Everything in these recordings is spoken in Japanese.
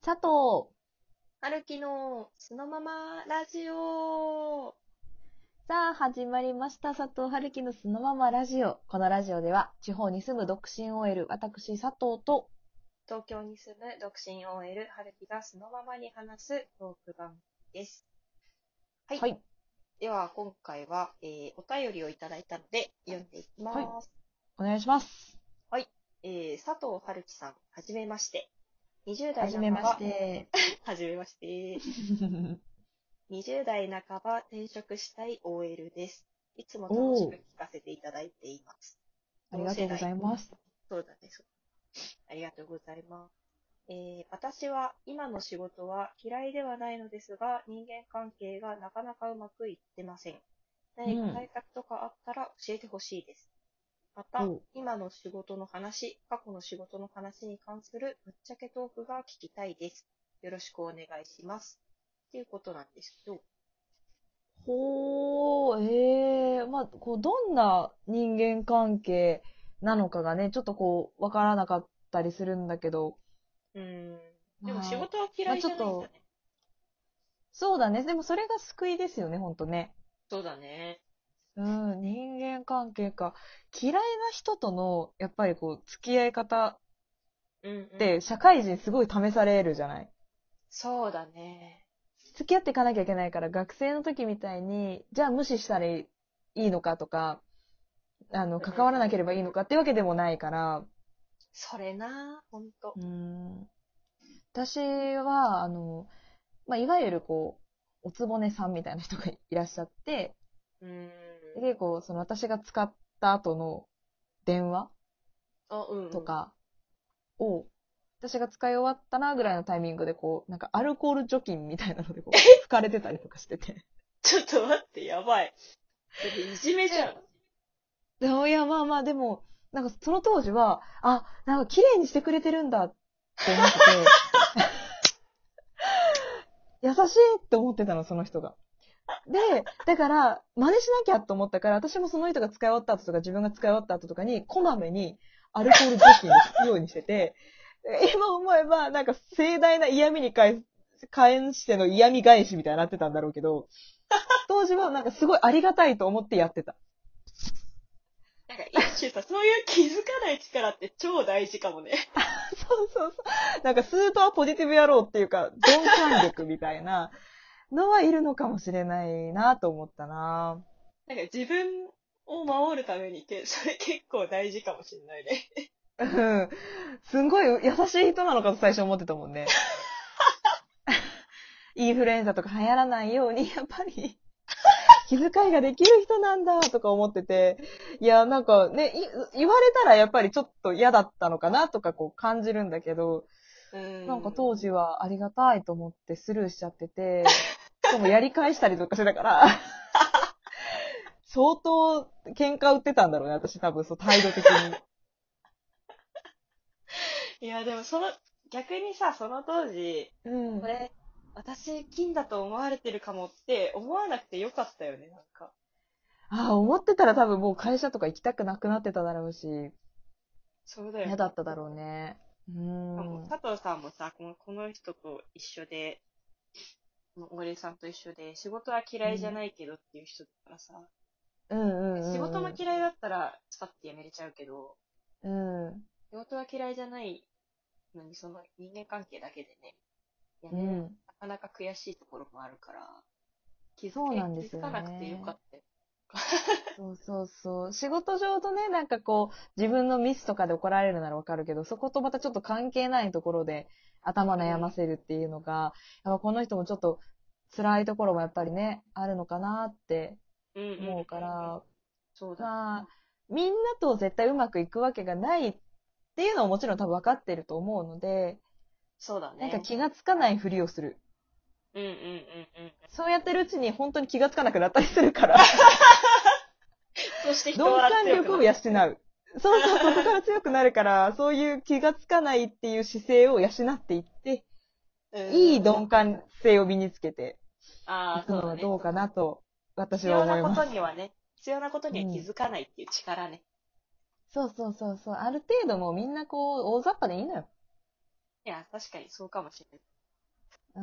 佐藤。 春樹のそのままラジオ。 さあ、始まりました。佐藤春樹のそのままラジオ。このラジオでは、地方に住む独身 OL、私、佐藤と、 東京に住む独身 OL 春樹がそのままに話すトーク番組です。はい。 はい。 では、今回は、お便りをいただいたので、読んでいきます。 お願いします。 はい。佐藤春樹さん、はじめまして。20代はじめまし半ば、 て。 はじめまして。20代半ば転職したい OL です。いつも楽しおー、 く聞かせていただいています。 ありがとうございます。 そうだね、ありがとうございます。私は今の仕事は嫌いではないのですが、人間関係がなかなかうまくいってません。何か対策とかあったら教えてほしいです。また、 お今の仕事の話、過去の仕事の話に関するぶっちゃけトークが聞きたいです。よろしくお願いします。っていうことなんですけど、 まあ、どんな人間関係なのかがね、ちょっとわからなかったりするんだけど、 でも仕まあ、 事は嫌いちょっと、 じゃないんだね。 そうだね。でもそれが救いですよね、ほんとね。 そうだね。 うん、人間関係か。嫌いな人との、やっぱり付き合い方っうんうん。 て、社会人すごい試されるじゃない。 そうだね。 付き合っていかなきゃいけないから、学生の時みたいに、じゃあ無視したらいいのかとか、 うんうん。 関わらなければいいのかっていうわけでもないから、 それな、ほんと。 私は、まあ、いわゆるおつぼねさんみたいな人がいらっしゃって、 うーん。 で結構、私が使った後の電話あ、うんうん。 とかを、私が使い終わったなぐらいのタイミングでなんかアルコール除菌みたいなので拭かれてたりとかしてて。 ちょっと待って、やばい。それいじめじゃん。 でもいや、まあまあ、でも、なんかその当時は、あ、なんか綺麗にしてくれてるんだって思ってて、優しいって思ってたの、その人が。で、だから、真似しなきゃと思ったから、私もその人が使い終わった後とか、自分が使い終わった後とかに、こまめにアルコール除菌をするようにしてて、今思えば、なんか盛大な嫌味に関しての嫌味返しみたいになってたんだろうけど、当時はなんかすごいありがたいと思ってやってた。 なんか一種さ、そういう気づかない力って超大事かもね。 そうそうそう。なんかスーパーポジティブ野郎っていうか、鈍感力みたいなのはいるのかもしれないなと思ったな。 なんか自分を守るためにって、それ結構大事かもしれないね。 うん。すんごい優しい人なのかと最初思ってたもんね。インフルエンザとか流行らないように、やっぱり気遣いができる人なんだとか思ってて、いや、なんかね、言われたらやっぱりちょっと嫌だったのかなとか感じるんだけど、なんか当時はありがたいと思ってスルーしちゃってて、しかもやり返したりとかしてたから、相当喧嘩売ってたんだろうね、私多分そう態度的に。 いや、でも逆にさ、その当時、 うん。 これ、私、金だと思われてるかもって思わなくてよかったよね、なんか。 ああ、思ってたら多分もう会社とか行きたくなくなってただろうし、 そうだよね。 嫌だっただろうね。 佐藤さんもさ、この人と一緒で、この俺さんと一緒で、仕事は嫌いじゃないけどっていう人だからさ、 うんうん仕事もうん嫌いだったら、スパッて辞めれちゃうけど、 うん。うん。 仕事は嫌いじゃないのに、その人間関係だけでね、辞めるの、 うん。 なかなか悔しいところもあるから、 そうなんですよ気づかなくてよかね。 ったよ。 そうそうそう。仕事上とね、なんか自分のミスとかで怒られるならわかるけど、そことまたちょっと関係ないところで頭悩ませるっていうのが、やっぱこの人もちょっと辛いところもやっぱりね、あるのかなってうんうんうんうん。 思うから、 そうだね。 まあ、みんなと絶対うまくいくわけがないっていうのはもちろん多分分かってると思うので、なんかそうだね。 気がつかないふりをする。 うんうんうんうん。 そうやってるうちに本当に気がつかなくなったりするから、 そして人鈍は感力を養強くなっていく。 う。そうそう、そこから強くなるから、そういう気がつかないっていう姿勢を養っていって、 うん。 いい鈍感性を身につけていああ、 くのはそうだね。 どうかなと、私は必要なこ思います。 とにはね、必要なことには気うん。 づかないっていう力ね。 そうそうそうそう。ある程度もうみんな大雑把でいいのよ。 いや、確かにそうかもしれない。 うん。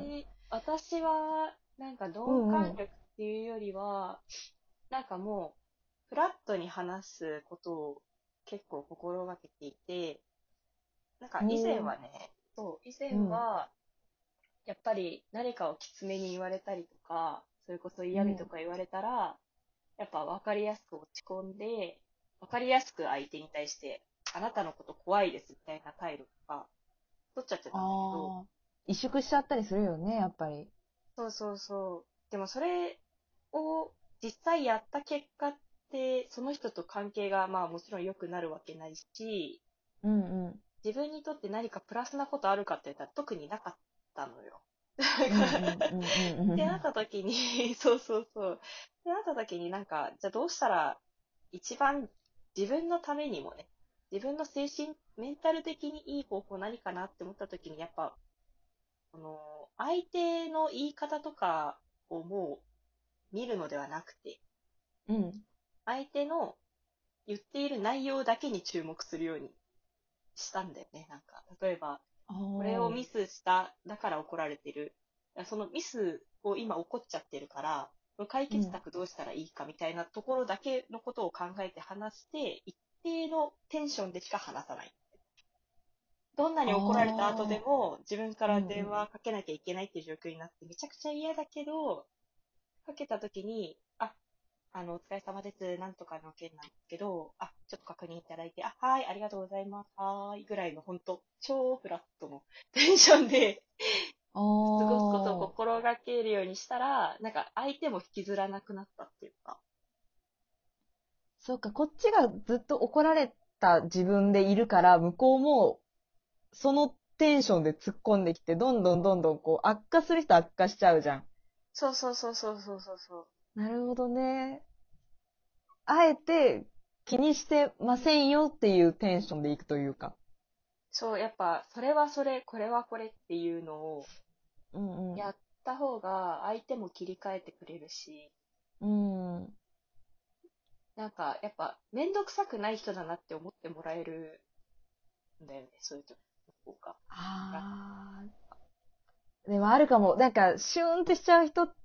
私は、なんかう同んうん。 感力っていうよりは、なんかもう、フラットに話すことを結構心がけていて、なんか以前おー。 はね、そう、以前うん。 は、やっぱり何かをきつめに言われたりとか、それこそ嫌味とうん。 か言われたら、やっぱ分かりやすく落ち込んで、分かりやすく相手に対して、あなたのこと怖いですみたいな態度とか、取っちゃってたんだけど、 ああ。萎縮しちゃったりするよね、やっぱり。 そうそうそう。でもそれを実際やった結果って、その人と関係がまあもちろん良くなるわけないし、 うんうん。 自分にとって何かプラスなことあるかって言ったら特になかったのよ。 うんうんうんうんうってなっん。 た時に、そうそうそう。ってなった時になんか、じゃあどうしたら一番自分のためにもね、自分の精神、メンタル的にいい方法何かなって思った時に、やっぱ、相手の言い方とかをもう見るのではなくて、 うん。 相手の言っている内容だけに注目するようにしたんだよね。なんか、例えば、 あこれをあ。 ミスした、だから怒られてる。そのミスを今起こっちゃってるから、解うん。 決策どうしたらいいかみたいなところだけのことを考えて話して、一定のテンションでしか話さない。どんなに怒られた後でああ。 も自分かうらんうん。 電話かけなきゃいけないっていう状況になってめちゃくちゃ嫌だけど、かけた時に、お疲れ様です。なんとかの件なんですけど、ちょっと確認いただいて、はい、ありがとうございます。はーい、ぐらいの本当超フラットのテンションであ過ごすことをあ。 心がけるようにしたら、なんか相手も引きずらなくなったっていうか。 そっか、こっちがずっと怒られた自分でいるから、向こうもそのテンションで突っ込んできて、どんどんどんどんこう悪化する人悪化しちゃうじゃん。 そうそうそうそうそうそうそう。 なるほどね。あえて気にしてませんよっていうテンションでいくというか。 そう、やっぱ、それはそれ、これはこれっていうのをうんうん。 やった方が相手も切り替えてくれるし、 うん。 なんか、やっぱ、めんどくさくない人だなって思ってもらえるんだよね、そういう時の方が。 ああ。でもあるかも。なんか、シューンってしちゃう人って、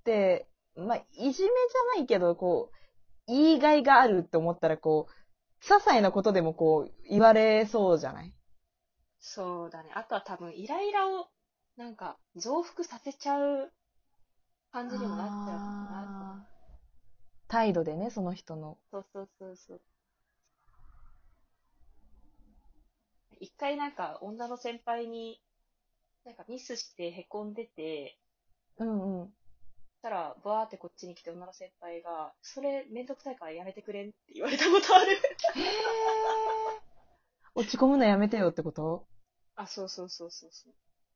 まあ、いじめじゃないけど、こう、言いがいがあるって思ったら、こう、些細なことでもこう、言われそうじゃない？ そうだね。あとは多分、イライラを、なんか、増幅させちゃう感じにもなっちゃうのかなと思う。 ああ。態度でね、その人の。 そうそうそうそう。一回なんか、女の先輩に、なんかミスして凹んでて、 うんうん。 そしたら、バーってこっちに来て女の先輩が、それめんどくさいからやめてくれんって言われたことある。 へえ。落ち込むのやめてよってこと？ そうそうそうそうそう。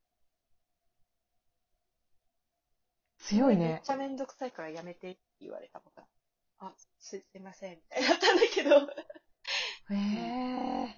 それめっ強いね。 ちゃめんどくさいからやめてって言われたことある。すいません、みたいになったんだけど。 へうん。 え。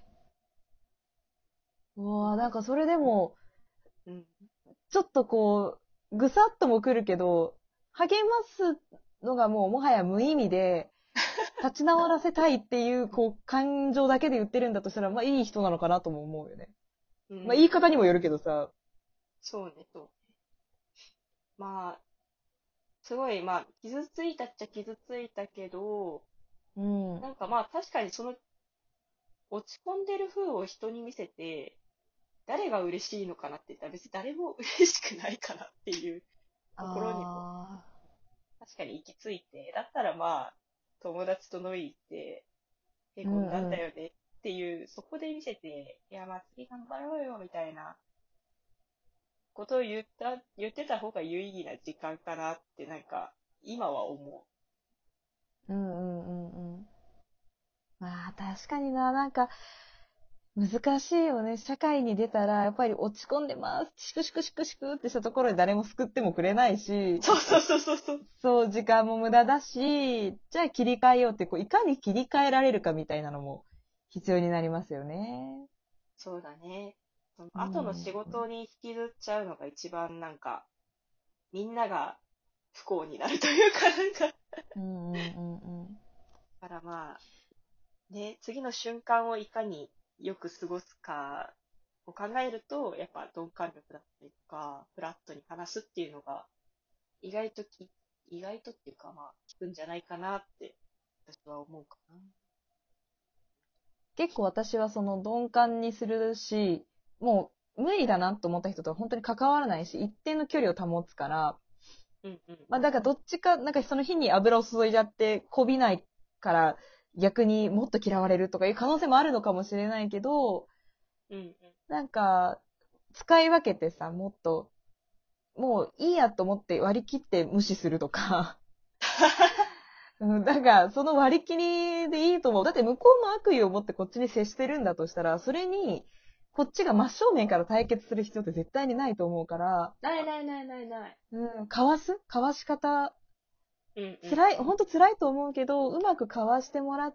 うわなんマジ、 かそれでも、 うん。 ちょっとこう、ぐさっとも来るけど、励ますのがもうもはや無意味で、立ち直らせたいっていう、こう、感情だけで言ってるんだとしたら、まあいい人なのかなとも思うよね。まあ言いうん。 方にもよるけどさ。 そうね、そう。まあ、すごい、まあ、傷ついたっちゃ傷ついたけど、 うん。 なんかまあ、確かにその落ち込んでる風を人に見せて、誰が嬉しいのかなって言ったら別に誰も嬉しくないかなっていうところにもあ確かに行き着いて、だったらまあ、友達と飲み行って、へー。うこんだんんうん。 だよねっていう、そこで見せて、いや、まあ次頑張ろうよみたいなことを言ってた方が有意義な時間かなってなんか、今は思うんうんうんうん。まあ確かにな、なんか、難しいよね。社会に出たら、やっぱり落ち込んでます。シクシクシクシクってしたところで誰も救ってもくれないう。 し、 そうそうそうそうそう。 そう、時間も無駄だし、じゃあ切り替えようって、こう、いかに切り替えられるかみたいなのも必要になりますよね。 そうだね。そのう後の仕ん。 事に引きずっちゃうのが一番なんか、みんなが不幸になるというかなんか、 うんうんうんうん。 だからまあ、ね、次の瞬間をいかによく過ごすかを考えると、やっぱ鈍感力だったりとか、フラットに話すっていうのが、意外と意外とっていうか、まあ、効くんじゃないかなって、私は思うかな。 結構私はその鈍感にするし、もう無理だなと思った人とは本当に関わらないし、一定の距離を保つから、 うんうん。 まあだからどっちか、なんかその火に油を注いじゃってこびないから逆にもっと嫌われるとかいう可能性もあるのかもしれないけど、 うんうん。 なんか使い分けてさ、もっと、もういいやと思って割り切って無視するとか、うん、だからその割り切りでいいと思う。だって向こうも悪意を持ってこっちに接してるんだとしたら、それにこっちが真正面から対決する必要って絶対にないと思うから、 ないないないないない。 うん、かわし方、 うんうんうん。 辛い、本当辛いと思うけど、うまくかわしてもらって、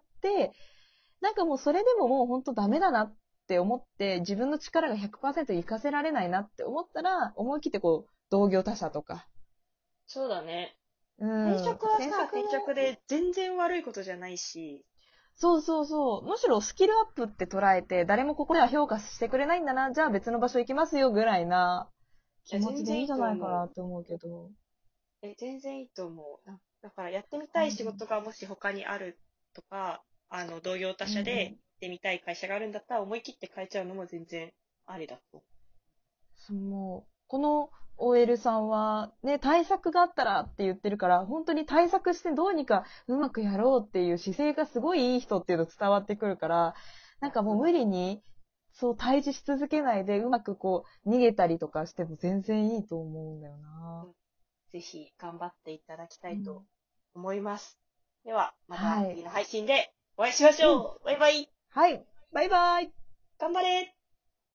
なんかもうそれでももう本当ダメだなって思って、自分の力が100%活かせられないなって思ったら、思い切ってこう、同業他社とか、 そうだね。 う転ん、 職はさ、転転職も、 職で全然悪いことじゃないし、 そうそうそう、むしろスキルアップって捉えて、誰もここでは評価してくれないんだな、じゃあ別の場所行きますよぐらいないや、 気持ちでいいんじゃ全然いいと思う。 ないかなって思うけど。 全然いいと思う。だからやってみたい仕うん、 事がもし他にあるとか、同業他うん、 社で行っうん。 てみたい会社があるんだったら思い切って変えちゃうのも全然ありだと。 もう、この OL さんは、ね、対策があったらって言ってるから、本当に対策してどうにかうまくやろうっていう姿勢がすごいいい人っていうの伝わってくるから、なんかもう無理に、そう対峙し続けないで、うまくこう、逃げたりとかしても全然いいと思うんだよな。 ぜひ頑張っていただきたうん、 いと思います。では、またはい。 次の配信でお会いしましうん。 ょう。バイバイ。 はい。バイバイ。 頑張れ。